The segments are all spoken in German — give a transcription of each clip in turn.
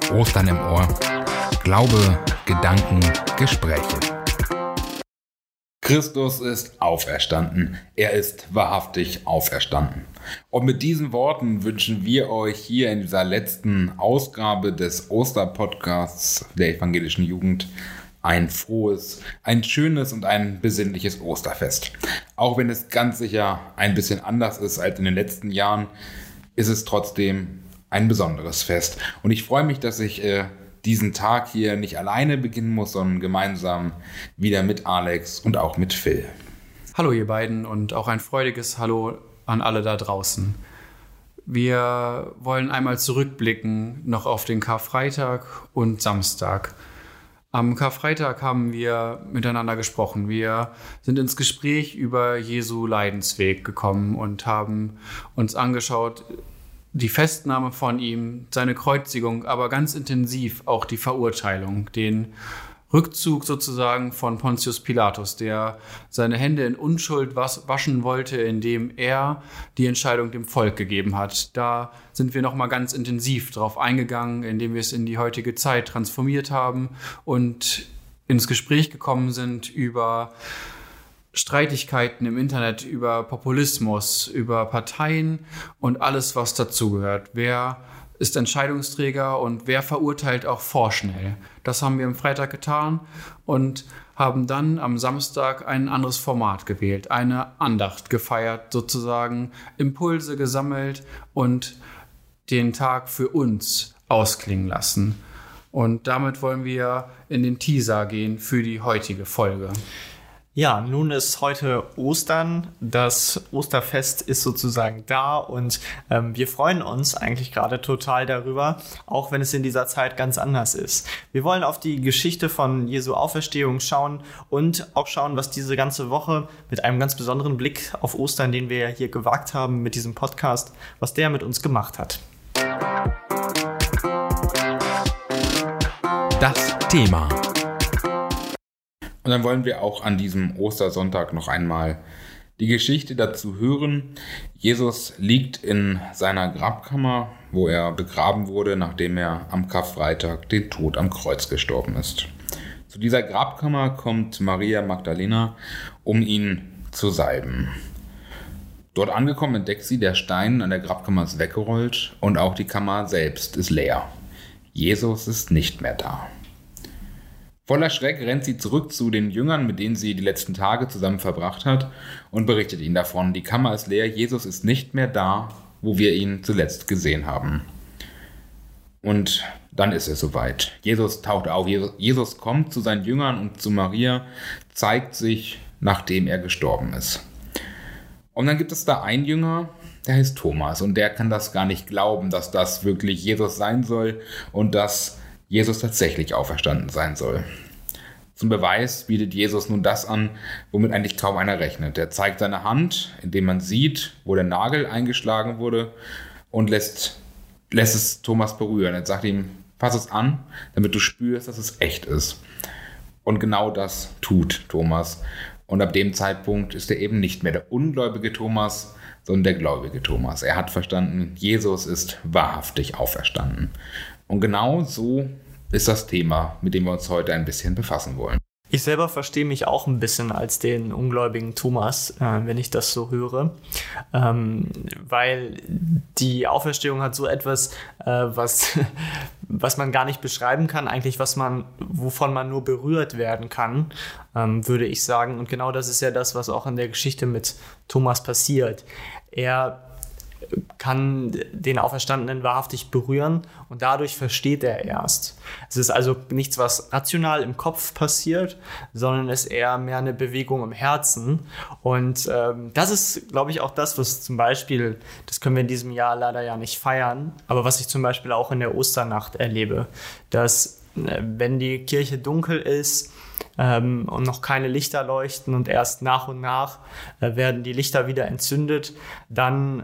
Ostern im Ohr. Glaube, Gedanken, Gespräche. Christus ist auferstanden. Er ist wahrhaftig auferstanden. Und mit diesen Worten wünschen wir euch hier in dieser letzten Ausgabe des Osterpodcasts der evangelischen Jugend ein frohes, ein schönes und ein besinnliches Osterfest. Auch wenn es ganz sicher ein bisschen anders ist als in den letzten Jahren, ist es trotzdem ein besonderes Fest. Und ich freue mich, dass ich diesen Tag hier nicht alleine beginnen muss, sondern gemeinsam wieder mit Alex und auch mit Phil. Hallo ihr beiden und auch ein freudiges Hallo an alle da draußen. Wir wollen einmal zurückblicken noch auf den Karfreitag und Samstag. Am Karfreitag haben wir miteinander gesprochen. Wir sind ins Gespräch über Jesu Leidensweg gekommen und haben uns angeschaut, die Festnahme von ihm, seine Kreuzigung, aber ganz intensiv auch die Verurteilung, den Rückzug sozusagen von Pontius Pilatus, der seine Hände in Unschuld waschen wollte, indem er die Entscheidung dem Volk gegeben hat. Da sind wir nochmal ganz intensiv drauf eingegangen, indem wir es in die heutige Zeit transformiert haben und ins Gespräch gekommen sind über Streitigkeiten im Internet, über Populismus, über Parteien und alles, was dazugehört. Wer ist Entscheidungsträger und wer verurteilt auch vorschnell? Das haben wir am Freitag getan und haben dann am Samstag ein anderes Format gewählt, eine Andacht gefeiert, sozusagen Impulse gesammelt und den Tag für uns ausklingen lassen. Und damit wollen wir in den Teaser gehen für die heutige Folge. Ja, nun ist heute Ostern, das Osterfest ist sozusagen da und wir freuen uns eigentlich gerade total darüber, auch wenn es in dieser Zeit ganz anders ist. Wir wollen auf die Geschichte von Jesu Auferstehung schauen und auch schauen, was diese ganze Woche mit einem ganz besonderen Blick auf Ostern, den wir ja hier gewagt haben mit diesem Podcast, was der mit uns gemacht hat. Das Thema. Und dann wollen wir auch an diesem Ostersonntag noch einmal die Geschichte dazu hören. Jesus liegt in seiner Grabkammer, wo er begraben wurde, nachdem er am Karfreitag den Tod am Kreuz gestorben ist. Zu dieser Grabkammer kommt Maria Magdalena, um ihn zu salben. Dort angekommen entdeckt sie, der Stein an der Grabkammer ist weggerollt und auch die Kammer selbst ist leer. Jesus ist nicht mehr da. Voller Schreck rennt sie zurück zu den Jüngern, mit denen sie die letzten Tage zusammen verbracht hat, und berichtet ihnen davon: Die Kammer ist leer, Jesus ist nicht mehr da, wo wir ihn zuletzt gesehen haben. Und dann ist es soweit. Jesus taucht auf. Jesus kommt zu seinen Jüngern und zu Maria, zeigt sich, nachdem er gestorben ist. Und dann gibt es da einen Jünger, der heißt Thomas, und der kann das gar nicht glauben, dass das wirklich Jesus sein soll und dass Jesus tatsächlich auferstanden sein soll. Zum Beweis bietet Jesus nun das an, womit eigentlich kaum einer rechnet. Er zeigt seine Hand, indem man sieht, wo der Nagel eingeschlagen wurde, und lässt es Thomas berühren. Er sagt ihm: Fass es an, damit du spürst, dass es echt ist. Und genau das tut Thomas. Und ab dem Zeitpunkt ist er eben nicht mehr der ungläubige Thomas, sondern der gläubige Thomas. Er hat verstanden, Jesus ist wahrhaftig auferstanden. Und genau so ist das Thema, mit dem wir uns heute ein bisschen befassen wollen. Ich selber verstehe mich auch ein bisschen als den ungläubigen Thomas, wenn ich das so höre, weil die Auferstehung hat so etwas, was man gar nicht beschreiben kann, eigentlich wovon man nur berührt werden kann, würde ich sagen. Und genau das ist ja das, was auch in der Geschichte mit Thomas passiert. Er kann den Auferstandenen wahrhaftig berühren und dadurch versteht er erst. Es ist also nichts, was rational im Kopf passiert, sondern es ist eher mehr eine Bewegung im Herzen. Und das ist, glaube ich, auch das, was zum Beispiel, das können wir in diesem Jahr leider ja nicht feiern, aber was ich zum Beispiel auch in der Osternacht erlebe, dass wenn die Kirche dunkel ist, und noch keine Lichter leuchten und erst nach und nach werden die Lichter wieder entzündet, dann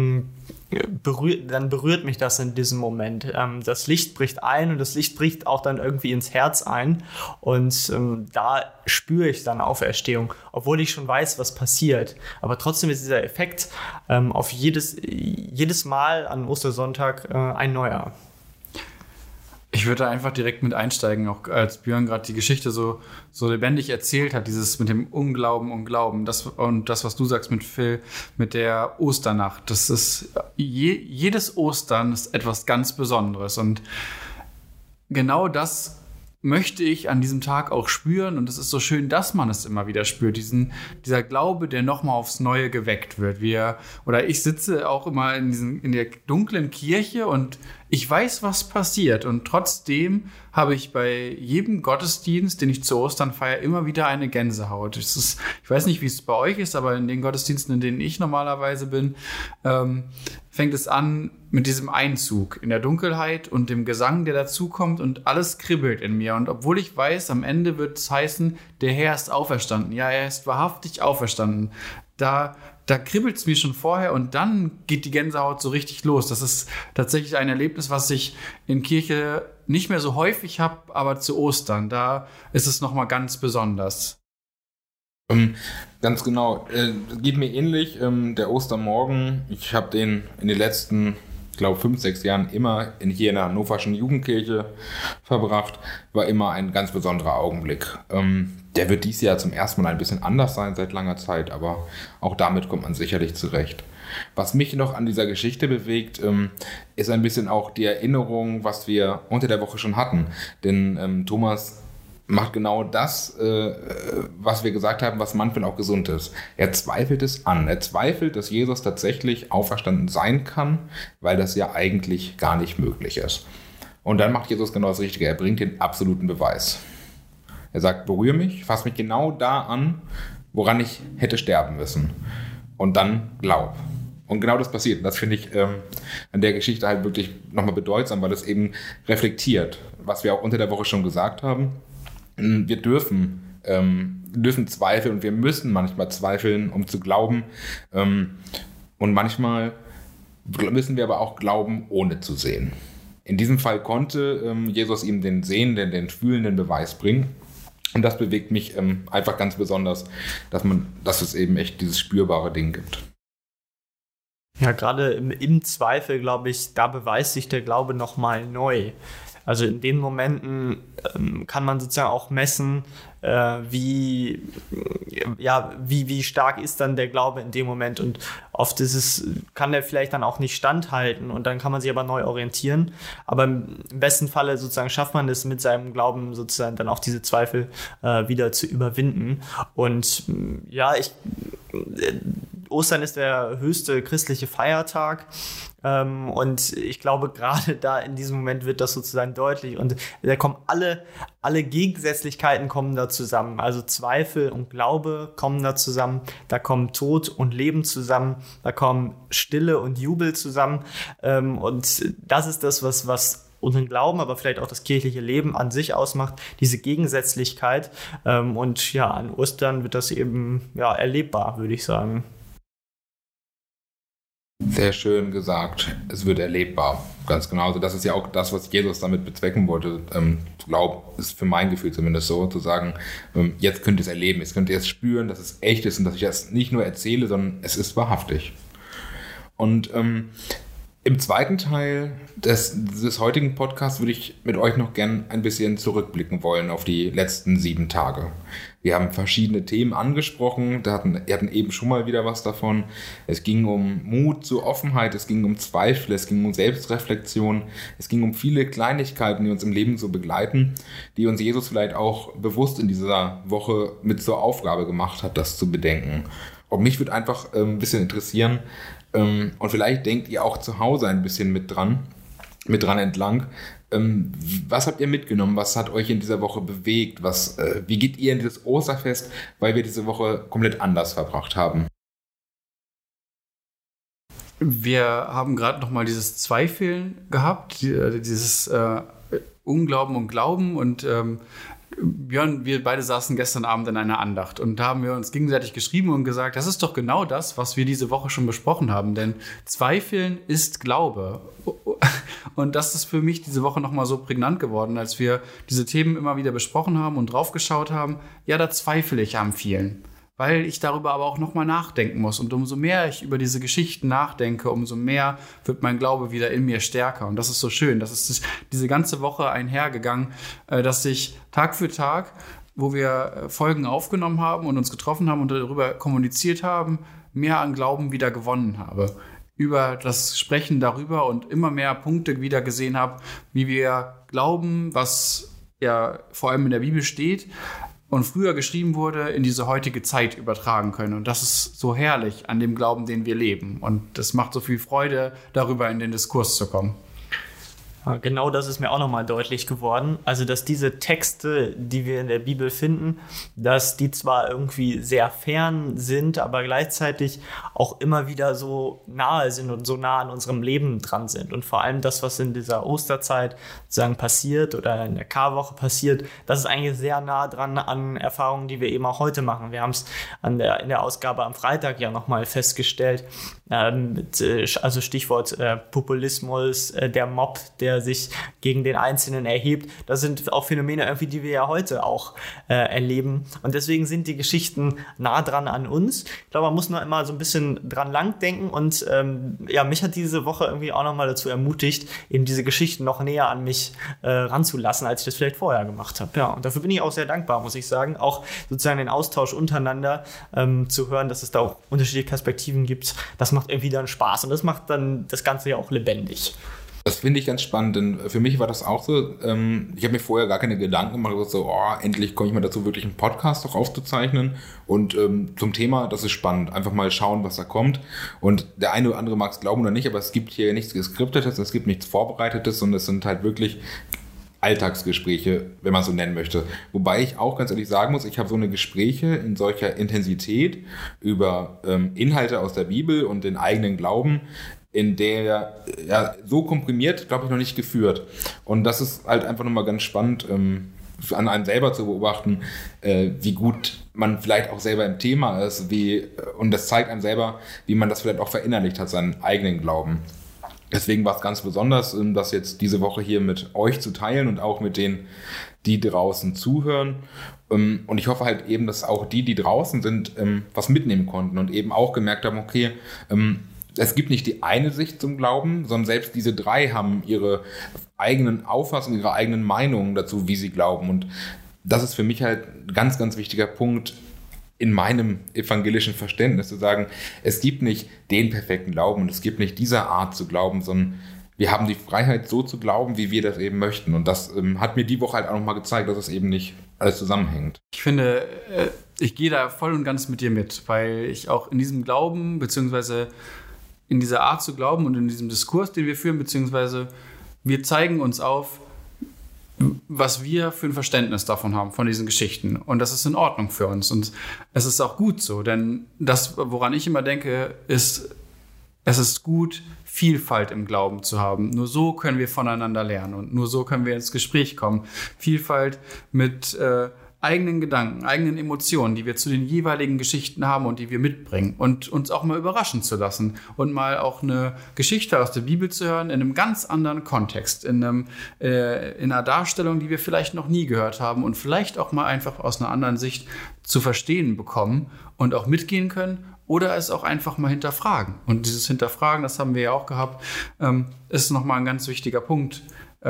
berührt mich das in diesem Moment. Das Licht bricht ein und das Licht bricht auch dann irgendwie ins Herz ein und da spüre ich dann Auferstehung, obwohl ich schon weiß, was passiert. Aber trotzdem ist dieser Effekt auf jedes Mal an Ostersonntag ein neuer. Ich würde da einfach direkt mit einsteigen, auch als Björn gerade die Geschichte so lebendig erzählt hat, dieses mit dem Unglauben und Glauben, das, was du sagst mit Phil, mit der Osternacht. Das ist, jedes Ostern ist etwas ganz Besonderes und genau das möchte ich an diesem Tag auch spüren und es ist so schön, dass man es immer wieder spürt, dieser Glaube, der nochmal aufs Neue geweckt wird. Ich sitze auch immer in der dunklen Kirche und ich weiß, was passiert und trotzdem habe ich bei jedem Gottesdienst, den ich zu Ostern feiere, immer wieder eine Gänsehaut. Ich weiß nicht, wie es bei euch ist, aber in den Gottesdiensten, in denen ich normalerweise bin, fängt es an mit diesem Einzug in der Dunkelheit und dem Gesang, der dazukommt und alles kribbelt in mir. Und obwohl ich weiß, am Ende wird es heißen, der Herr ist auferstanden. Ja, er ist wahrhaftig auferstanden. Da kribbelt es mir schon vorher und dann geht die Gänsehaut so richtig los. Das ist tatsächlich ein Erlebnis, was ich in Kirche nicht mehr so häufig habe, aber zu Ostern, da ist es nochmal ganz besonders. Ganz genau. Geht mir ähnlich. Der Ostermorgen, ich habe den in den letzten, ich glaube, 5-6 Jahren immer hier in der hannoverschen Jugendkirche verbracht. War immer ein ganz besonderer Augenblick. Der wird dieses Jahr zum ersten Mal ein bisschen anders sein seit langer Zeit, aber auch damit kommt man sicherlich zurecht. Was mich noch an dieser Geschichte bewegt, ist ein bisschen auch die Erinnerung, was wir unter der Woche schon hatten. Denn Thomas macht genau das, was wir gesagt haben, was manchmal auch gesund ist. Er zweifelt es an. Er zweifelt, dass Jesus tatsächlich auferstanden sein kann, weil das ja eigentlich gar nicht möglich ist. Und dann macht Jesus genau das Richtige. Er bringt den absoluten Beweis. Er sagt, berühre mich, fass mich genau da an, woran ich hätte sterben müssen. Und dann glaub. Und genau das passiert. Und das finde ich an der Geschichte halt wirklich nochmal bedeutsam, weil es eben reflektiert, was wir auch unter der Woche schon gesagt haben. Wir dürfen zweifeln und wir müssen manchmal zweifeln, um zu glauben. Und manchmal müssen wir aber auch glauben, ohne zu sehen. In diesem Fall konnte Jesus ihm den sehenden, den fühlenden Beweis bringen. Und das bewegt mich einfach ganz besonders, dass es eben echt dieses spürbare Ding gibt. Ja, gerade im Zweifel, glaube ich, da beweist sich der Glaube nochmal neu. Also in den Momenten kann man sozusagen auch messen, wie stark ist dann der Glaube in dem Moment. Und oft kann der vielleicht dann auch nicht standhalten und dann kann man sich aber neu orientieren. Aber im besten Falle sozusagen schafft man es mit seinem Glauben sozusagen dann auch diese Zweifel wieder zu überwinden. Und Ostern ist der höchste christliche Feiertag. Und ich glaube, gerade da in diesem Moment wird das sozusagen deutlich und da kommen alle Gegensätzlichkeiten kommen da zusammen. Also Zweifel und Glaube kommen da zusammen, da kommen Tod und Leben zusammen, da kommen Stille und Jubel zusammen. Und das ist das, was unseren Glauben, aber vielleicht auch das kirchliche Leben an sich ausmacht, diese Gegensätzlichkeit. Und ja, an Ostern wird das eben erlebbar, würde ich sagen. Sehr schön gesagt. Es wird erlebbar. Ganz genau. Also das ist ja auch das, was Jesus damit bezwecken wollte. Ich glaube, ist für mein Gefühl zumindest so, zu sagen, jetzt könnt ihr es erleben, jetzt könnt ihr es spüren, dass es echt ist und dass ich das nicht nur erzähle, sondern es ist wahrhaftig. Und im zweiten Teil des heutigen Podcasts würde ich mit euch noch gern ein bisschen zurückblicken wollen auf die letzten 7 Tage. Wir haben verschiedene Themen angesprochen, wir hatten eben schon mal wieder was davon. Es ging um Mut zur Offenheit, es ging um Zweifel, es ging um Selbstreflexion, es ging um viele Kleinigkeiten, die uns im Leben so begleiten, die uns Jesus vielleicht auch bewusst in dieser Woche mit zur Aufgabe gemacht hat, das zu bedenken. Und mich würde einfach ein bisschen interessieren, und vielleicht denkt ihr auch zu Hause ein bisschen mit dran entlang. Was habt ihr mitgenommen? Was hat euch in dieser Woche bewegt? Wie geht ihr in dieses Osterfest, weil wir diese Woche komplett anders verbracht haben? Wir haben gerade nochmal dieses Zweifeln gehabt, dieses Unglauben und Glauben und Björn, wir beide saßen gestern Abend in einer Andacht und da haben wir uns gegenseitig geschrieben und gesagt, das ist doch genau das, was wir diese Woche schon besprochen haben, denn Zweifeln ist Glaube. Und das ist für mich diese Woche nochmal so prägnant geworden, als wir diese Themen immer wieder besprochen haben und draufgeschaut haben, ja, da zweifle ich am vielen. weil ich darüber aber auch nochmal nachdenken muss. Und umso mehr ich über diese Geschichten nachdenke, umso mehr wird mein Glaube wieder in mir stärker. Und das ist so schön. Das ist diese ganze Woche einhergegangen, dass ich Tag für Tag, wo wir Folgen aufgenommen haben und uns getroffen haben und darüber kommuniziert haben, mehr an Glauben wieder gewonnen habe. Über das Sprechen darüber und immer mehr Punkte wieder gesehen habe, wie wir glauben, was ja vor allem in der Bibel steht und früher geschrieben wurde, in diese heutige Zeit übertragen können. Und das ist so herrlich an dem Glauben, den wir leben. Und es macht so viel Freude, darüber in den Diskurs zu kommen. Ja, genau das ist mir auch nochmal deutlich geworden. Also, dass diese Texte, die wir in der Bibel finden, dass die zwar irgendwie sehr fern sind, aber gleichzeitig auch immer wieder so nahe sind und so nah an unserem Leben dran sind. Und vor allem das, was in dieser Osterzeit sozusagen passiert oder in der Karwoche passiert, das ist eigentlich sehr nah dran an Erfahrungen, die wir eben auch heute machen. Wir haben es in der Ausgabe am Freitag ja nochmal festgestellt, also Stichwort Populismus, der Mob, der sich gegen den Einzelnen erhebt. Das sind auch Phänomene irgendwie, die wir ja heute auch erleben. Und deswegen sind die Geschichten nah dran an uns. Ich glaube, man muss nur immer so ein bisschen dran lang denken. Und mich hat diese Woche irgendwie auch nochmal dazu ermutigt, eben diese Geschichten noch näher an mich ranzulassen, als ich das vielleicht vorher gemacht habe. Ja, und dafür bin ich auch sehr dankbar, muss ich sagen. Auch sozusagen den Austausch untereinander zu hören, dass es da auch unterschiedliche Perspektiven gibt. Das macht irgendwie dann Spaß und das macht dann das Ganze ja auch lebendig. Das finde ich ganz spannend, denn für mich war das auch so, ich habe mir vorher gar keine Gedanken gemacht, so, endlich komme ich mal dazu, wirklich einen Podcast auch aufzuzeichnen und zum Thema, das ist spannend, einfach mal schauen, was da kommt und der eine oder andere mag es glauben oder nicht, aber es gibt hier nichts Geskriptetes, es gibt nichts Vorbereitetes und es sind halt wirklich Alltagsgespräche, wenn man es so nennen möchte. Wobei ich auch ganz ehrlich sagen muss, ich habe so eine Gespräche in solcher Intensität über Inhalte aus der Bibel und den eigenen Glauben, in der so komprimiert, glaube ich, noch nicht geführt. Und das ist halt einfach nochmal ganz spannend, an einem selber zu beobachten, wie gut man vielleicht auch selber im Thema ist, und das zeigt einem selber, wie man das vielleicht auch verinnerlicht hat, seinen eigenen Glauben. Deswegen war es ganz besonders, das jetzt diese Woche hier mit euch zu teilen und auch mit denen, die draußen zuhören. Und ich hoffe halt eben, dass auch die draußen sind, was mitnehmen konnten und eben auch gemerkt haben, okay, es gibt nicht die eine Sicht zum Glauben, sondern selbst diese drei haben ihre eigenen Auffassungen, ihre eigenen Meinungen dazu, wie sie glauben. Und das ist für mich halt ein ganz, ganz wichtiger Punkt in meinem evangelischen Verständnis, zu sagen, es gibt nicht den perfekten Glauben und es gibt nicht diese Art zu glauben, sondern wir haben die Freiheit, so zu glauben, wie wir das eben möchten. Und das hat mir die Woche halt auch nochmal gezeigt, dass es eben nicht alles zusammenhängt. Ich finde, ich gehe da voll und ganz mit dir mit, weil ich auch in diesem Glauben, beziehungsweise in dieser Art zu glauben und in diesem Diskurs, den wir führen, beziehungsweise wir zeigen uns auf, was wir für ein Verständnis davon haben, von diesen Geschichten. Und das ist in Ordnung für uns. Und es ist auch gut so, denn das, woran ich immer denke, ist, es ist gut, Vielfalt im Glauben zu haben. Nur so können wir voneinander lernen und nur so können wir ins Gespräch kommen. Vielfalt mit eigenen Gedanken, eigenen Emotionen, die wir zu den jeweiligen Geschichten haben und die wir mitbringen und uns auch mal überraschen zu lassen und mal auch eine Geschichte aus der Bibel zu hören in einem ganz anderen Kontext, in einer Darstellung, die wir vielleicht noch nie gehört haben und vielleicht auch mal einfach aus einer anderen Sicht zu verstehen bekommen und auch mitgehen können oder es auch einfach mal hinterfragen. Und dieses Hinterfragen, das haben wir ja auch gehabt, ist nochmal ein ganz wichtiger Punkt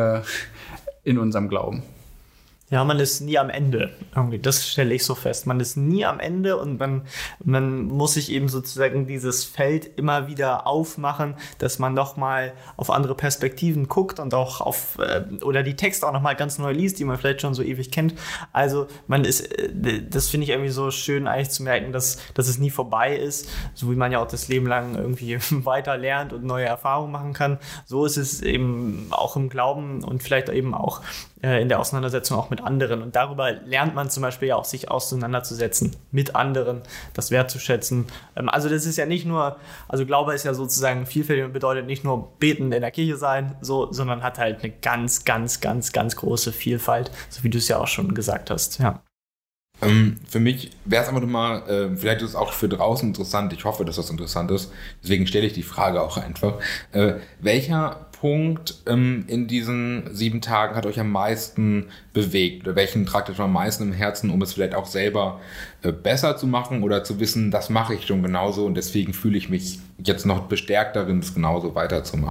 in unserem Glauben. Ja, man ist nie am Ende. Irgendwie, das stelle ich so fest. Man ist nie am Ende und man muss sich eben sozusagen dieses Feld immer wieder aufmachen, dass man nochmal auf andere Perspektiven guckt und auch oder die Texte auch nochmal ganz neu liest, die man vielleicht schon so ewig kennt. Also das finde ich irgendwie so schön eigentlich zu merken, dass es nie vorbei ist, so wie man ja auch das Leben lang irgendwie weiter lernt und neue Erfahrungen machen kann. So ist es eben auch im Glauben und vielleicht eben auch in der Auseinandersetzung auch mit anderen. Und darüber lernt man zum Beispiel ja auch, sich auseinanderzusetzen mit anderen, das wertzuschätzen. Also das ist ja nicht nur, also Glaube ist ja sozusagen vielfältig und bedeutet nicht nur beten in der Kirche sein, sondern hat halt eine ganz, ganz, ganz, ganz große Vielfalt, so wie du es ja auch schon gesagt hast. Ja. Für mich wäre es einfach nochmal, vielleicht ist es auch für draußen interessant, ich hoffe, dass das interessant ist, deswegen stelle ich die Frage auch einfach. Welcher Punkt in diesen 7 Tagen hat euch am meisten bewegt? Oder welchen tragt euch am meisten im Herzen, um es vielleicht auch selber besser zu machen oder zu wissen, das mache ich schon genauso und deswegen fühle ich mich jetzt noch bestärkt darin, es genauso weiterzumachen?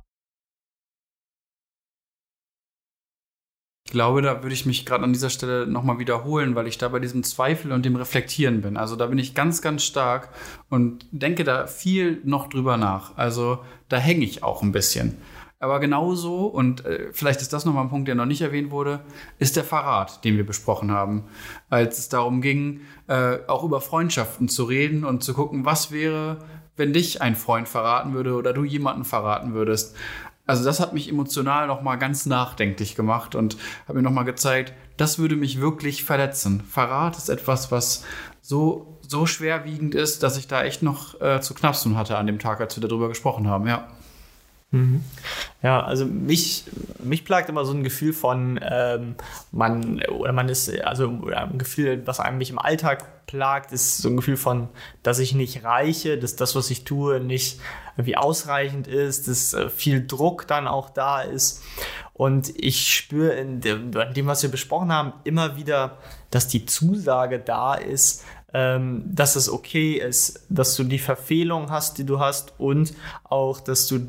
Ich glaube, da würde ich mich gerade an dieser Stelle nochmal wiederholen, weil ich da bei diesem Zweifel und dem Reflektieren bin. Also da bin ich ganz, ganz stark und denke da viel noch drüber nach. Also da hänge ich auch ein bisschen. Aber genauso, und vielleicht ist das nochmal ein Punkt, der noch nicht erwähnt wurde, ist der Verrat, den wir besprochen haben. Als es darum ging, auch über Freundschaften zu reden und zu gucken, was wäre, wenn dich ein Freund verraten würde oder du jemanden verraten würdest. Also das hat mich emotional nochmal ganz nachdenklich gemacht und hat mir nochmal gezeigt, das würde mich wirklich verletzen. Verrat ist etwas, was so schwerwiegend ist, dass ich da echt noch zu knapsen hatte an dem Tag, als wir darüber gesprochen haben, ja. Ja, also mich plagt immer so ein Gefühl von ein Gefühl, was mich im Alltag plagt, ist so ein Gefühl von, dass ich nicht reiche, dass das, was ich tue, nicht irgendwie ausreichend ist, dass viel Druck dann auch da ist. Und ich spüre in dem, was wir besprochen haben, immer wieder, dass die Zusage da ist, dass es okay ist, dass du die Verfehlung hast, die du hast und auch, dass du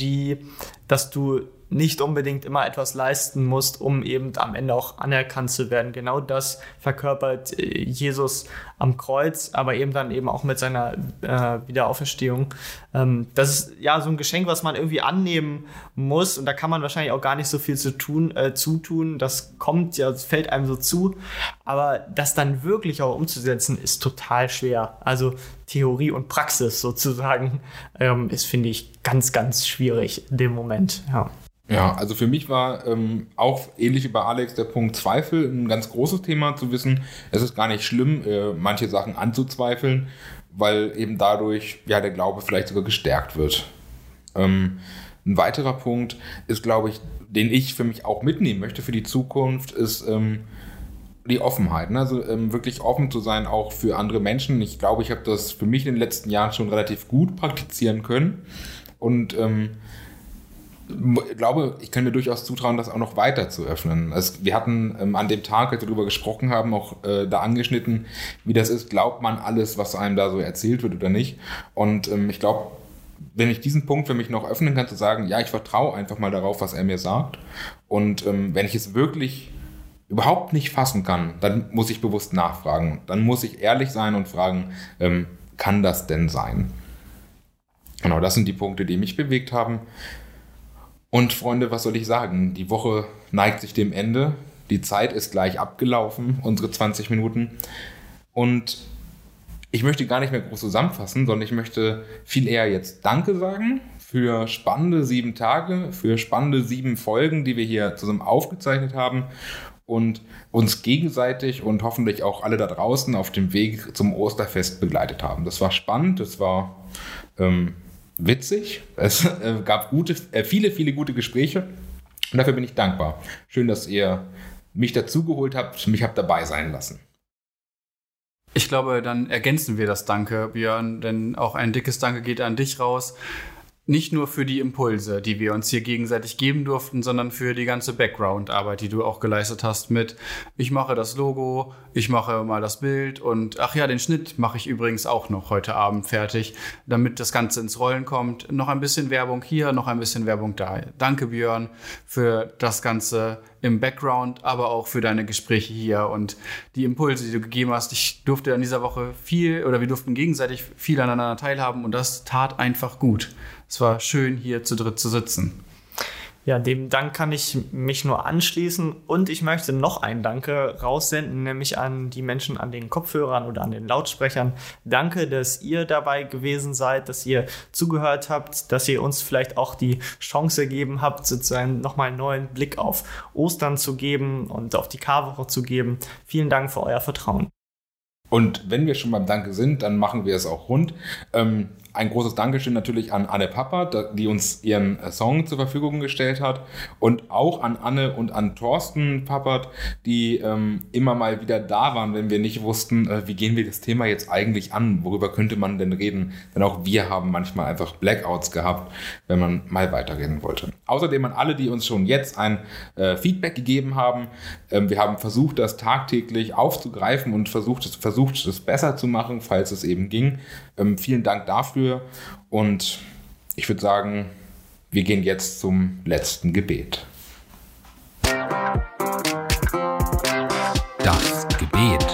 nicht unbedingt immer etwas leisten musst, um eben am Ende auch anerkannt zu werden. Genau das verkörpert Jesus am Kreuz, aber eben auch mit seiner Wiederauferstehung. Das ist ja so ein Geschenk, was man irgendwie annehmen muss und da kann man wahrscheinlich auch gar nicht so viel zutun. Das fällt einem so zu, aber das dann wirklich auch umzusetzen, ist total schwer. Also Theorie und Praxis sozusagen ist, finde ich, ganz, ganz schwierig in dem Moment, ja. Ja, also für mich war auch ähnlich wie bei Alex der Punkt Zweifel ein ganz großes Thema, zu wissen, es ist gar nicht schlimm, manche Sachen anzuzweifeln, weil eben dadurch der Glaube vielleicht sogar gestärkt wird. Ein weiterer Punkt ist, glaube ich, den ich für mich auch mitnehmen möchte für die Zukunft, ist die Offenheit. Ne? Also wirklich offen zu sein, auch für andere Menschen. Ich glaube, ich habe das für mich in den letzten Jahren schon relativ gut praktizieren können und ich glaube, ich kann mir durchaus zutrauen, das auch noch weiter zu öffnen. Wir hatten an dem Tag, als wir darüber gesprochen haben, auch da angeschnitten, wie das ist, glaubt man alles, was einem da so erzählt wird oder nicht. Und ich glaube, wenn ich diesen Punkt für mich noch öffnen kann, zu sagen, ja, ich vertraue einfach mal darauf, was er mir sagt. Und wenn ich es wirklich überhaupt nicht fassen kann, dann muss ich bewusst nachfragen. Dann muss ich ehrlich sein und fragen, kann das denn sein? Genau, das sind die Punkte, die mich bewegt haben. Und Freunde, was soll ich sagen? Die Woche neigt sich dem Ende. Die Zeit ist gleich abgelaufen, unsere 20 Minuten. Und ich möchte gar nicht mehr groß zusammenfassen, sondern ich möchte viel eher jetzt Danke sagen für spannende 7 Tage, für spannende 7 Folgen, die wir hier zusammen aufgezeichnet haben und uns gegenseitig und hoffentlich auch alle da draußen auf dem Weg zum Osterfest begleitet haben. Das war spannend, das war witzig. Es gab viele gute Gespräche und dafür bin ich dankbar. Schön, dass ihr mich dazugeholt habt, mich habt dabei sein lassen. Ich glaube, dann ergänzen wir das Danke, Björn, denn auch ein dickes Danke geht an dich raus. Nicht nur für die Impulse, die wir uns hier gegenseitig geben durften, sondern für die ganze Background-Arbeit, die du auch geleistet hast mit, ich mache das Logo, ich mache mal das Bild und ach ja, den Schnitt mache ich übrigens auch noch heute Abend fertig, damit das Ganze ins Rollen kommt. Noch ein bisschen Werbung hier, noch ein bisschen Werbung da. Danke, Björn, für das Ganze im Background, aber auch für deine Gespräche hier und die Impulse, die du gegeben hast. Ich durfte in dieser Woche wir durften gegenseitig viel aneinander teilhaben und das tat einfach gut. Es war schön, hier zu dritt zu sitzen. Ja, dem Dank kann ich mich nur anschließen und ich möchte noch einen Danke raussenden, nämlich an die Menschen an den Kopfhörern oder an den Lautsprechern. Danke, dass ihr dabei gewesen seid, dass ihr zugehört habt, dass ihr uns vielleicht auch die Chance gegeben habt, sozusagen nochmal einen neuen Blick auf Ostern zu geben und auf die Karwoche zu geben. Vielen Dank für euer Vertrauen. Und wenn wir schon beim Danke sind, dann machen wir es auch rund. ein großes Dankeschön natürlich an Anne Pappert, die uns ihren Song zur Verfügung gestellt hat. Und auch an Anne und an Thorsten Pappert, die immer mal wieder da waren, wenn wir nicht wussten, wie gehen wir das Thema jetzt eigentlich an, worüber könnte man denn reden. Denn auch wir haben manchmal einfach Blackouts gehabt, wenn man mal weiterreden wollte. Außerdem an alle, die uns schon jetzt ein Feedback gegeben haben. Wir haben versucht, das tagtäglich aufzugreifen und versucht, es besser zu machen, falls es eben ging. Vielen Dank dafür und ich würde sagen, wir gehen jetzt zum letzten Gebet. Das Gebet.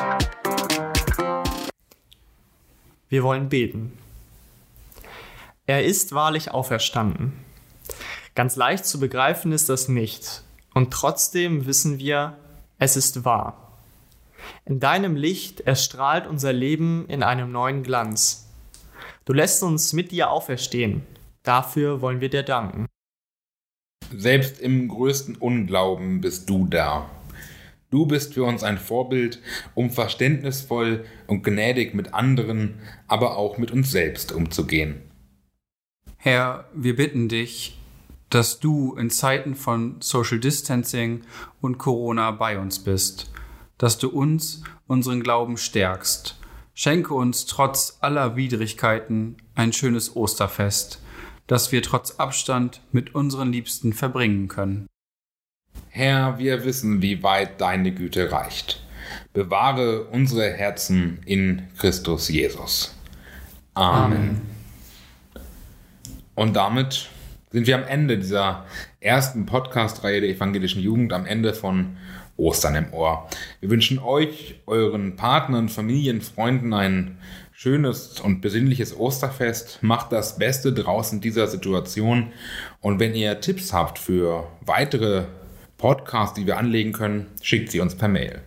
Wir wollen beten. Er ist wahrlich auferstanden. Ganz leicht zu begreifen ist das nicht. Und trotzdem wissen wir, es ist wahr. In deinem Licht erstrahlt unser Leben in einem neuen Glanz. Du lässt uns mit dir auferstehen. Dafür wollen wir dir danken. Selbst im größten Unglauben bist du da. Du bist für uns ein Vorbild, um verständnisvoll und gnädig mit anderen, aber auch mit uns selbst umzugehen. Herr, wir bitten dich, dass du in Zeiten von Social Distancing und Corona bei uns bist, dass du uns, unseren Glauben stärkst. Schenke uns trotz aller Widrigkeiten ein schönes Osterfest, das wir trotz Abstand mit unseren Liebsten verbringen können. Herr, wir wissen, wie weit deine Güte reicht. Bewahre unsere Herzen in Christus Jesus. Amen. Und damit sind wir am Ende dieser ersten Podcast-Reihe der evangelischen Jugend, am Ende von Ostern im Ohr. Wir wünschen euch, euren Partnern, Familien, Freunden ein schönes und besinnliches Osterfest. Macht das Beste draußen dieser Situation. Und wenn ihr Tipps habt für weitere Podcasts, die wir anlegen können, schickt sie uns per Mail.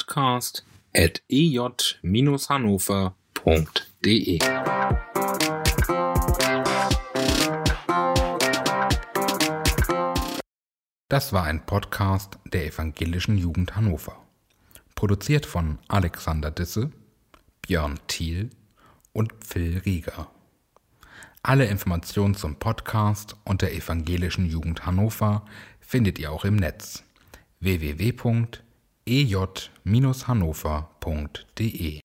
podcast@ej-hannover.de. Das war ein Podcast der Evangelischen Jugend Hannover. Produziert von Alexander Disse, Björn Thiel und Phil Rieger. Alle Informationen zum Podcast und der Evangelischen Jugend Hannover findet ihr auch im Netz www.ej-hannover.de.